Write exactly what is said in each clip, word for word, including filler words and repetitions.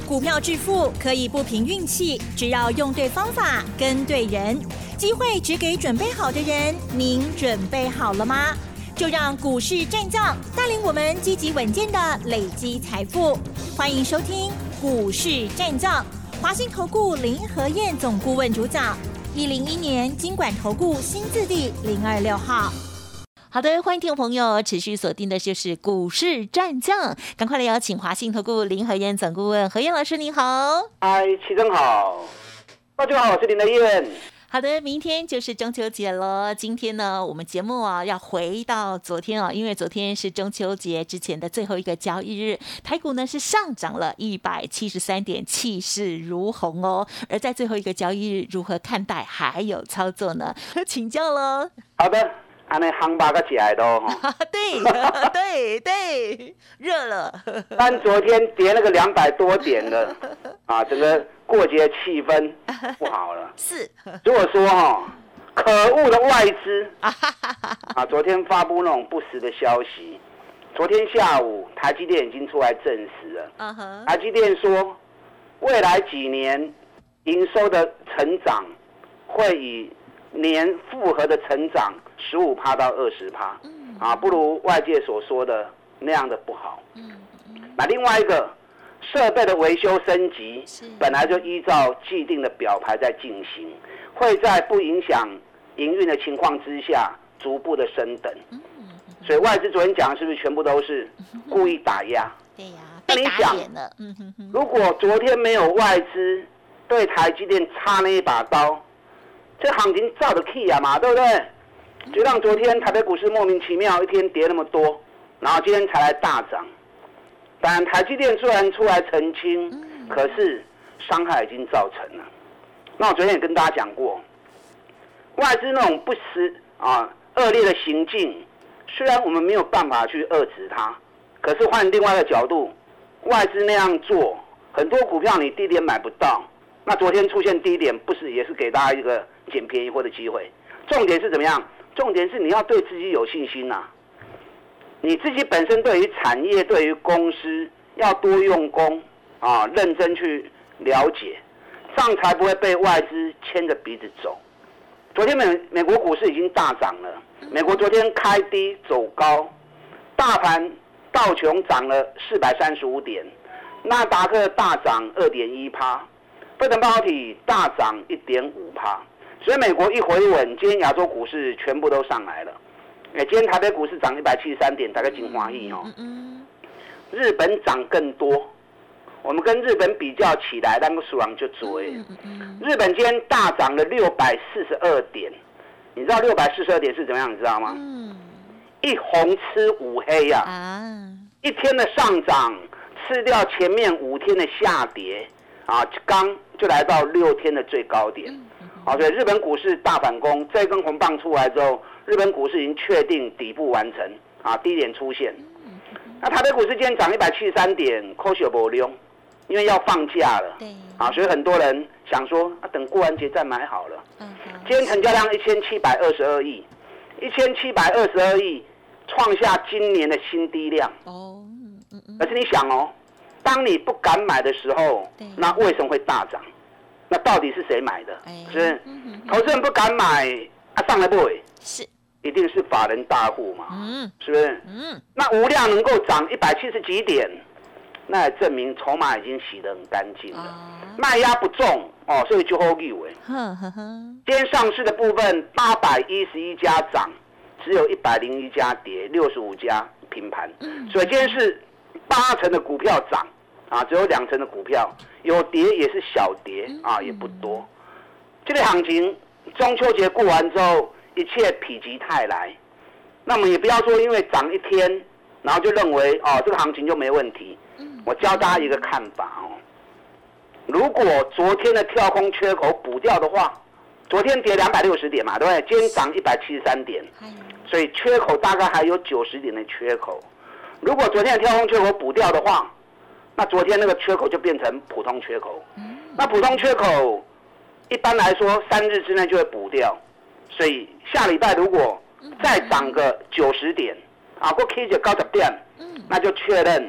股票致富可以不凭运气，只要用对方法、跟对人。机会只给准备好的人，您准备好了吗？就让股市战将带领我们积极稳健的累积财富。欢迎收听股市战将，华信投顾林和彥总顾问主讲，一零一年金管投顾新字第零二六号。好的，欢迎听众朋友持续锁定的就是股市战将，赶快来邀请华信投顾林和彥总顾问，和彥老师您好。 嗨，齐正好，大家好，我是林和彥。 好的，明天就是中秋节了。今天呢，我们节目啊要回到昨天啊，因为昨天是中秋节之前的最后一个交易日，台股呢是上涨了一百七十三点，气势如虹哦。而在最后一个交易日，如何看待还有操作呢？请教喽。 好的。安尼夯巴个起来都哈， 对对对，热了。 但昨天跌那个两百多点了，啊，整个过节气氛不好了。 是， 如果说哈，可恶的外资啊，昨天发布那种不实的消息。昨天下午，台积电已经出来证实了。Uh huh. 台积电说，未来几年营收的成长会以年复合的成长十五趴到二十趴，啊，不如外界所说的那样的不好。那另外一个设备的维修升级，本来就依照既定的表牌在进行，会在不影响营运的情况之下逐步的升等。所以外资昨天讲的是不是全部都是故意打压？ 对呀， 那你想，如果昨天没有外资对台积电插那一把刀，这行情照得起啊嘛，对不对？就让昨天台北股市莫名其妙一天跌那么多，然后今天才来大涨。当然，台积电虽然出来澄清，可是伤害已经造成了。那我昨天也跟大家讲过，外资那种不实啊恶劣的行径，虽然我们没有办法去遏制它，可是换另外一个角度，外资那样做，很多股票你低点买不到。那昨天出现低点，不是也是给大家一个捡便宜货的机会？重点是怎么样？重点是你要对自己有信心啊！你自己本身对于产业、对于公司要多用功啊，认真去了解，这样才不会被外资牵着鼻子走。昨天美美国股市已经大涨了，美国昨天开低走高，大盘道琼涨了四百三十五点，纳达克大涨二点一趴。费城半导体大涨 一点五趴， 所以美国一回稳，今天亚洲股市全部都上来了。今天台北股市涨一百七十三点，大概挺欢喜哦。日本涨更多，我们跟日本比较起来，那个数量就多。日本今天大涨了六百四十二点，你知道六百四十二点是怎么样？你知道吗？一红吃五黑呀、啊，一天的上涨吃掉前面五天的下跌。啊，刚就来到六天的最高点，啊，所以日本股市大反攻，这根红棒出来之后，日本股市已经确定底部完成，啊，低点出现。那台北股市今天涨一百七十三点，可惜没用，因为要放假了，啊，所以很多人想说，啊，等过完节再买好了。今天成交量一千七百二十二亿，一千七百二十二亿，创下今年的新低量。哦，可是你想哦。当你不敢买的时候，那为什么会大涨？那到底是谁买的？是不是？投资人不敢买，啊，上来不会？是，一定是法人大户嘛？嗯，是不是？嗯，那无量能够涨一百七十几点，那也证明筹码已经洗得很干净了，卖压不重哦，所以就好有诶。今天上市的部分八百一十一家涨，只有一百零一家跌，六十五家平盘，所以今天是八成的股票涨。啊，只有两成的股票有跌，也是小跌啊，也不多。这类行情，中秋节过完之后，一切否极泰来。那我们也不要说因为涨一天，然后就认为哦这个行情就没问题。我教大家一个看法哦，如果昨天的跳空缺口补掉的话，昨天跌两百六十点嘛，对不对？今天涨一百七十三点，所以缺口大概还有九十点的缺口。如果昨天的跳空缺口补掉的话，那昨天那个缺口就变成普通缺口，那普通缺口一般来说三日之内就会补掉，所以下礼拜如果再涨个九十点，啊，过 K 就高十点，那就确认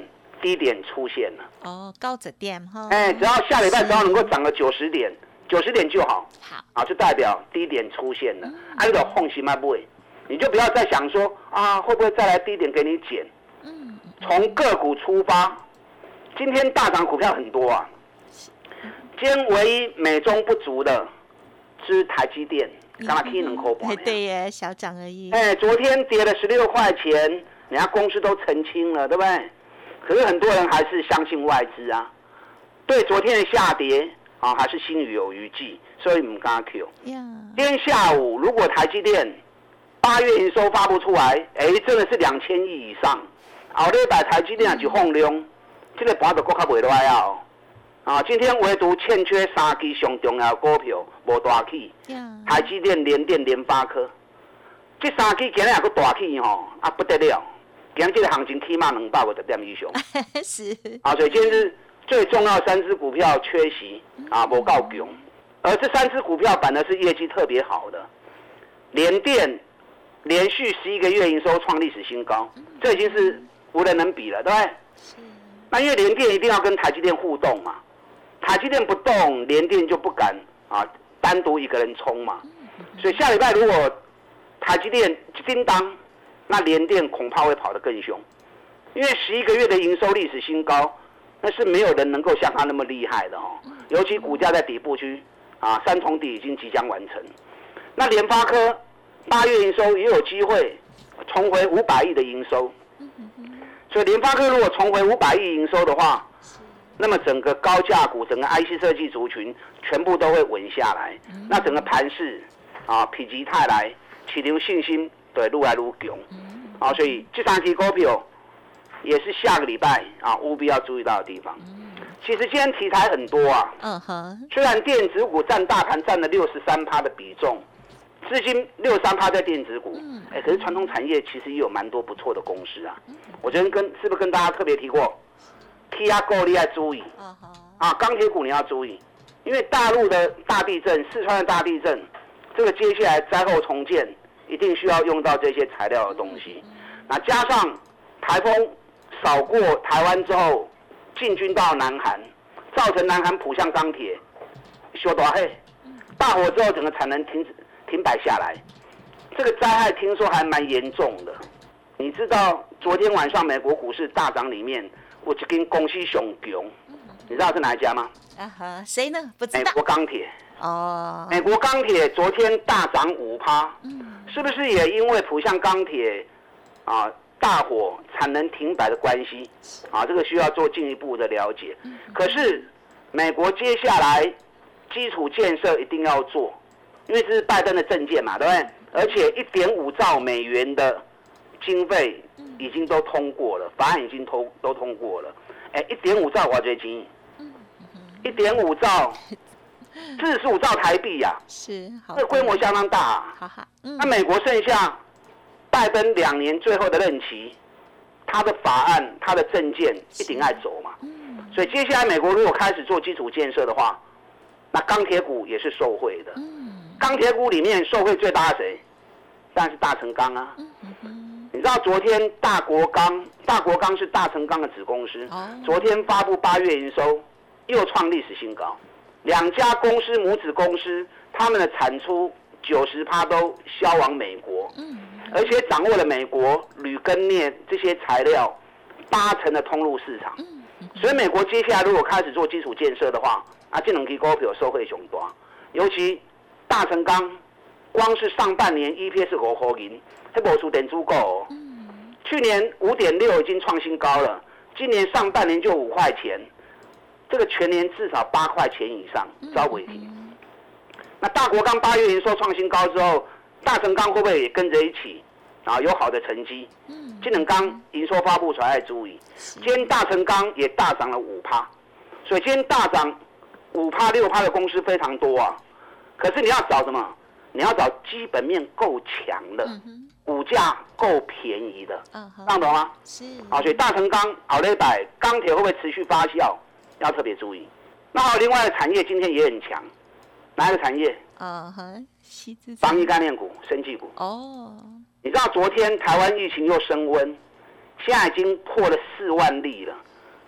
低点出现了。 哦，高值点哈。 哎，只要下礼拜只要能够涨个九十点，九十点就好。 好， 啊，就代表低点出现了。啊，你就放心嘛，不会，你就不要再想说啊，会不会再来低点给你减？嗯，从个股出发，今天大涨股票很多啊。今天唯一美中不足的是台积电，刚才 K 能扣半。 对耶，小涨而已。 哎，昨天跌了十六块钱，人家公司都澄清了，对不对？可是很多人还是相信外资啊，对昨天的下跌啊还是心里有余悸，所以唔敢 Q。今天下午如果台积电八月营收发布出来，哎，真的是两千亿以上，后礼拜台积电就放量，这个盘就更加袂落来哦。啊，今天唯独欠缺三支上重要的股票无大起， yeah. 台积电、联电、联发科，这三支今日也阁大起吼，啊不得了，今日这个行情起码两百五十点以上。 是。 啊，所以今天是最重要的三支股票缺席啊，无够强，而这三支股票反而是业绩特别好的，联电连续十一个月营收创历史新高，这已经是无人能比了，对不对？那因为联电一定要跟台积电互动嘛。台积电不动，联电就不敢啊单独一个人冲嘛，所以下礼拜如果台积电叮当，那联电恐怕会跑得更凶，因为十一个月的营收历史新高，那是没有人能够像他那么厉害的哦。尤其股价在底部区啊，三重底已经即将完成。那联发科八月营收也有机会重回五百亿的营收，所以联发科如果重回五百亿营收的话，那么整个高价股、整个 I C 设计族群全部都会稳下来，那整个盘势啊，否极泰来，起留信心对愈来愈强，啊，所以这三支股票也是下个礼拜啊务必要注意到的地方。其实今天题材很多啊，嗯哼，虽然电子股占大盘占了六十三趴的比重，资金六十三趴在电子股，哎，可是传统产业其实也有蛮多不错的公司啊。我昨天跟是不是跟大家特别提过？K R 购你要注意，啊，钢铁股你要注意，因为大陆的大地震、四川的大地震，这个接下来灾后重建一定需要用到这些材料的东西。那加上台风扫过台湾之后，进军到南韩，造成南韩浦项钢铁修大黑，大火之后整个产能停停摆下来，这个灾害听说还蛮严重的。你知道昨天晚上美国股市大涨里面，有一间公司上强，你知道是哪一家吗？ 啊哈，谁呢？不知道。 美国钢铁。 哦。 美国钢铁昨天大涨五趴，是不是也因为浦项钢铁啊大火产能停摆的关系？啊，这个需要做进一步的了解。可是美国接下来基础建设一定要做，因为这是拜登的政见嘛，对不对？而且一点五兆美元的经费已经都通过了，法案已经通都通过了。哎，一点五兆我觉得钱，一点五兆，四十五兆台币呀、啊， 是， 这规模相当大、啊。 好好，嗯， 那美国剩下拜登两年最后的任期，他的法案、他的政见一定爱走嘛。所以接下来美国如果开始做基础建设的话，那钢铁股也是受惠的。钢铁股里面受惠最大的谁？当然是大成钢啊。你知道昨天大国钢，大国钢是大成钢的子公司，昨天发布八月营收又创历史新高。两家公司母子公司，他们的产出九十趴都销往美国，而且掌握了美国铝跟镍这些材料八成的通路市场。所以美国接下来如果开始做基础建设的话，啊，这两支股票受惠上大。尤其大成钢，光是上半年 E P S 五块银，还无输电子股哦。去年五点六已经创新高了，今年上半年就五块钱，这个全年至少八块钱以上，招尾提。那大国钢八月营收创新高之后，大成钢会不会也跟着一起啊有好的成绩？金能钢营收发布出来注意，今天大成钢也大涨了五趴，所以今天大涨五趴六趴的公司非常多啊。可是你要找什么？你要找基本面够强的，股价够便宜的，这样懂吗？是。啊，所以大成钢、好礼拜钢铁会不会持续发酵？要特别注意。那还有另外的产业今天也很强，哪一个产业？啊哈，防疫概念股、生技股。哦。你知道昨天台湾疫情又升温，现在已经破了四万例了。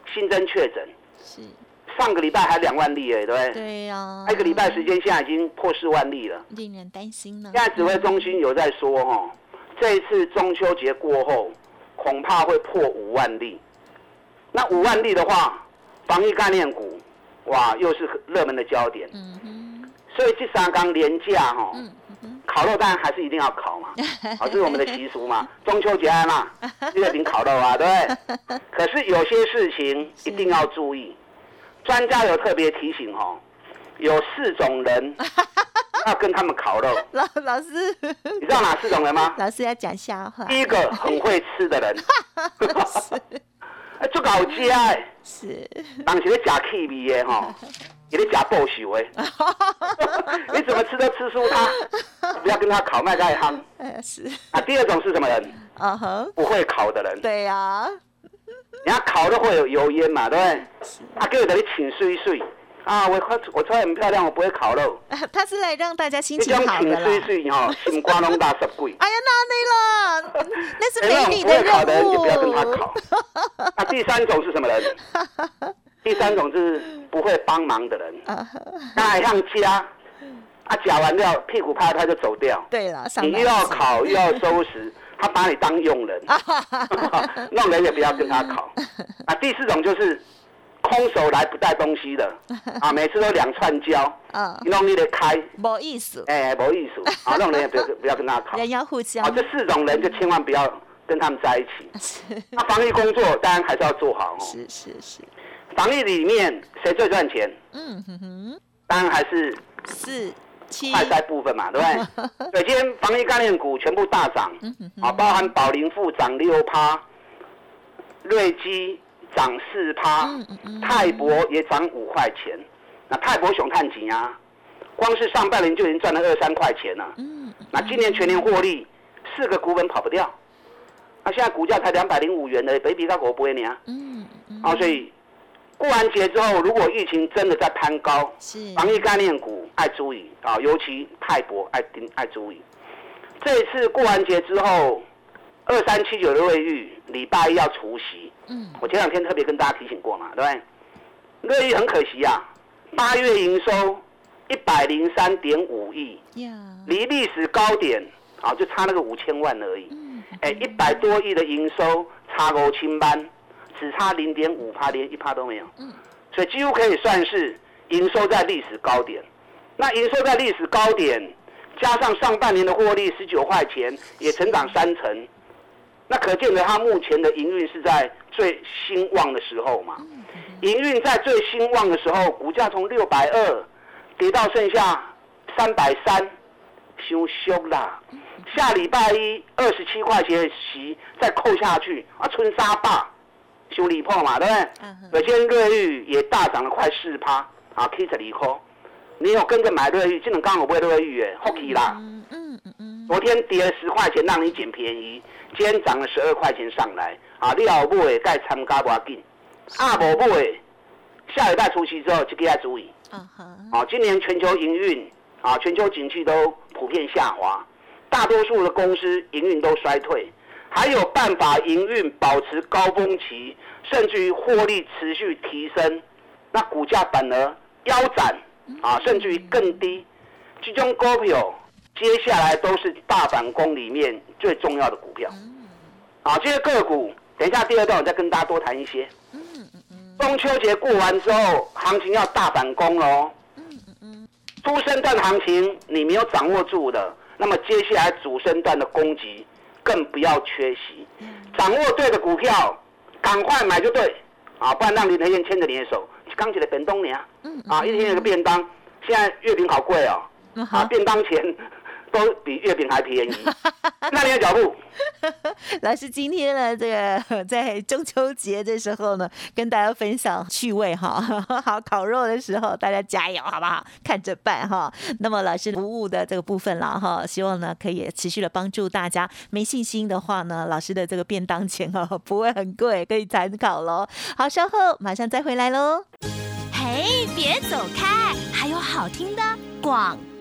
新增确诊， 是上个礼拜还两万例哎，对不对？ 对呀、啊， 一个礼拜时间现在已经破四万例了， 令人担心呢。 现在指挥中心有在说哦，这一次中秋节过后，恐怕会破五万例。那五万例的话，防疫概念股，哇，又是热门的焦点。 嗯哼， 所以这三天连假哈、哦， 嗯哼， 烤肉当然还是一定要烤嘛，好，这是我们的习俗嘛。中秋节嘛，月饼烤肉啊，对不对？可是有些事情一定要注意，专家有特别提醒哦，有四种人要跟他们烤肉。 老老师， 你知道哪四种人吗？ 老师要讲笑话。 第一个很会吃的人，哎，做搞家哎， 是， 当时咧吃气味的吼，也咧吃报仇的，你怎么吃都吃输他，不要跟他烤麦盖夯。 哎是。 啊，第二种是什么人？ 啊哈， 不会烤的人。 对呀、啊。 人家烤都会有油烟嘛，对不对？他给我等你请水水啊，我我穿很漂亮，我不会烤肉。 他是来让大家心情好的啦。 请水水哈，心肝拢大十几。 哎呀，那你了，那是美女的任务。不会烤的人就不要跟他烤。那第三种是什么人？第三种是不会帮忙的人。他还像家，啊，夹完料屁股拍他就走掉。 对了， 你又要烤又要收拾。他把你当佣人，那种人也不要跟他烤。啊，第四种就是空手来不带东西的，啊，每次都两串胶，你弄你得开， 没意思， 哎，没意思，啊，那种人也不要不要跟他烤。 人要互相。 啊，这四种人就千万不要跟他们在一起。那防疫工作当然还是要做好哦。 是是是。 防疫里面谁最赚钱？ 嗯哼哼。 当然还是是。 快筛部分嘛，对不对？对，今天防疫概念股全部大涨，啊，包含宝龄富涨六趴，瑞基涨四趴，泰博也涨五块钱。那泰博熊探钱啊，光是上半年就已经赚了二三块钱了。那今年全年获利，四个股本跑不掉。那现在股价才两百零五元的，北比到五倍呢。嗯，啊，所以。过完节之后，如果疫情真的在攀高，防疫概念股爱注意啊，尤其泰博爱爱注意。这一次过完节之后，二三七九的瑞昱礼拜一要除息，嗯，我前两天特别跟大家提醒过嘛，对不对？瑞昱很可惜啊，八月营收一百零三点五亿，离历史高点啊就差那个五千万而已，哎，一百多亿的营收差五千万。只差零点五趴，连一趴都没有，所以几乎可以算是营收在历史高点。那营收在历史高点，加上上半年的获利十九块钱，也成长三成，那可见得它目前的营运是在最兴旺的时候嘛。营运在最兴旺的时候，股价从六百二跌到剩下三百三，太俗啦。下礼拜一二十七块钱的息再扣下去，啊，春沙霸。修理破嘛，对不对？有些瑞昱也大涨了快四趴，啊，七十二块。你有跟着买瑞昱，今天刚好买瑞昱诶，福气啦。嗯嗯嗯。昨天跌了十块钱，让你捡便宜，今天涨了十二块钱上来，啊，你要买该参加不要紧，啊，无买，下礼拜除夕之后就给他注意。啊，今年全球营运啊，全球景气都普遍下滑，大多数的公司营运都衰退。还有办法营运保持高峰期，甚至于获利持续提升，那股价反而腰斩啊，甚至于更低。这种股票接下来都是大反攻里面最重要的股票。啊，这些个股，等一下第二段我再跟大家多谈一些。中秋节过完之后，行情要大反攻喽。初升段行情你没有掌握住的，那么接下来主升段的攻击。更不要缺席，掌握对的股票，赶快买就对啊，不然让林德燕牵着你的手，刚起来便当呢，啊，一天有个便当，现在月饼好贵哦，啊，便当钱都比月饼还便宜，那你的脚步。 老师今天呢，这个在中秋节的时候呢，跟大家分享趣味哈，好烤肉的时候，大家加油好不好？看着办哈。那么老师服务的这个部分啦哈，希望呢可以持续的帮助大家。没信心的话呢，老师的这个便当钱哦不会很贵，可以参考喽。好，稍后马上再回来喽。 嘿，别走开，还有好听的广告。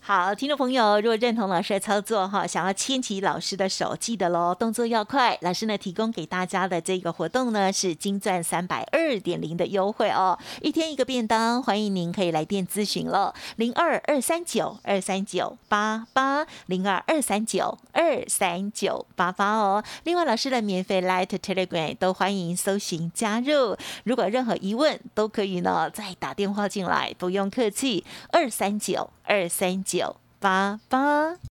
好，听众朋友，如果认同老师的操作哈，想要牵起老师的手，记得喽，动作要快。老师呢提供给大家的这个活动呢是金钻三百二点零的优惠哦，一天一个便当，欢迎您可以来电咨询了，零二二三九二三九八八零二二三九二三九八八哦。另外，老师的免费 Line Telegram 都欢迎搜寻加入，如果有任何疑问都可以呢再打电话进来，不用客气，二三九二三九八八。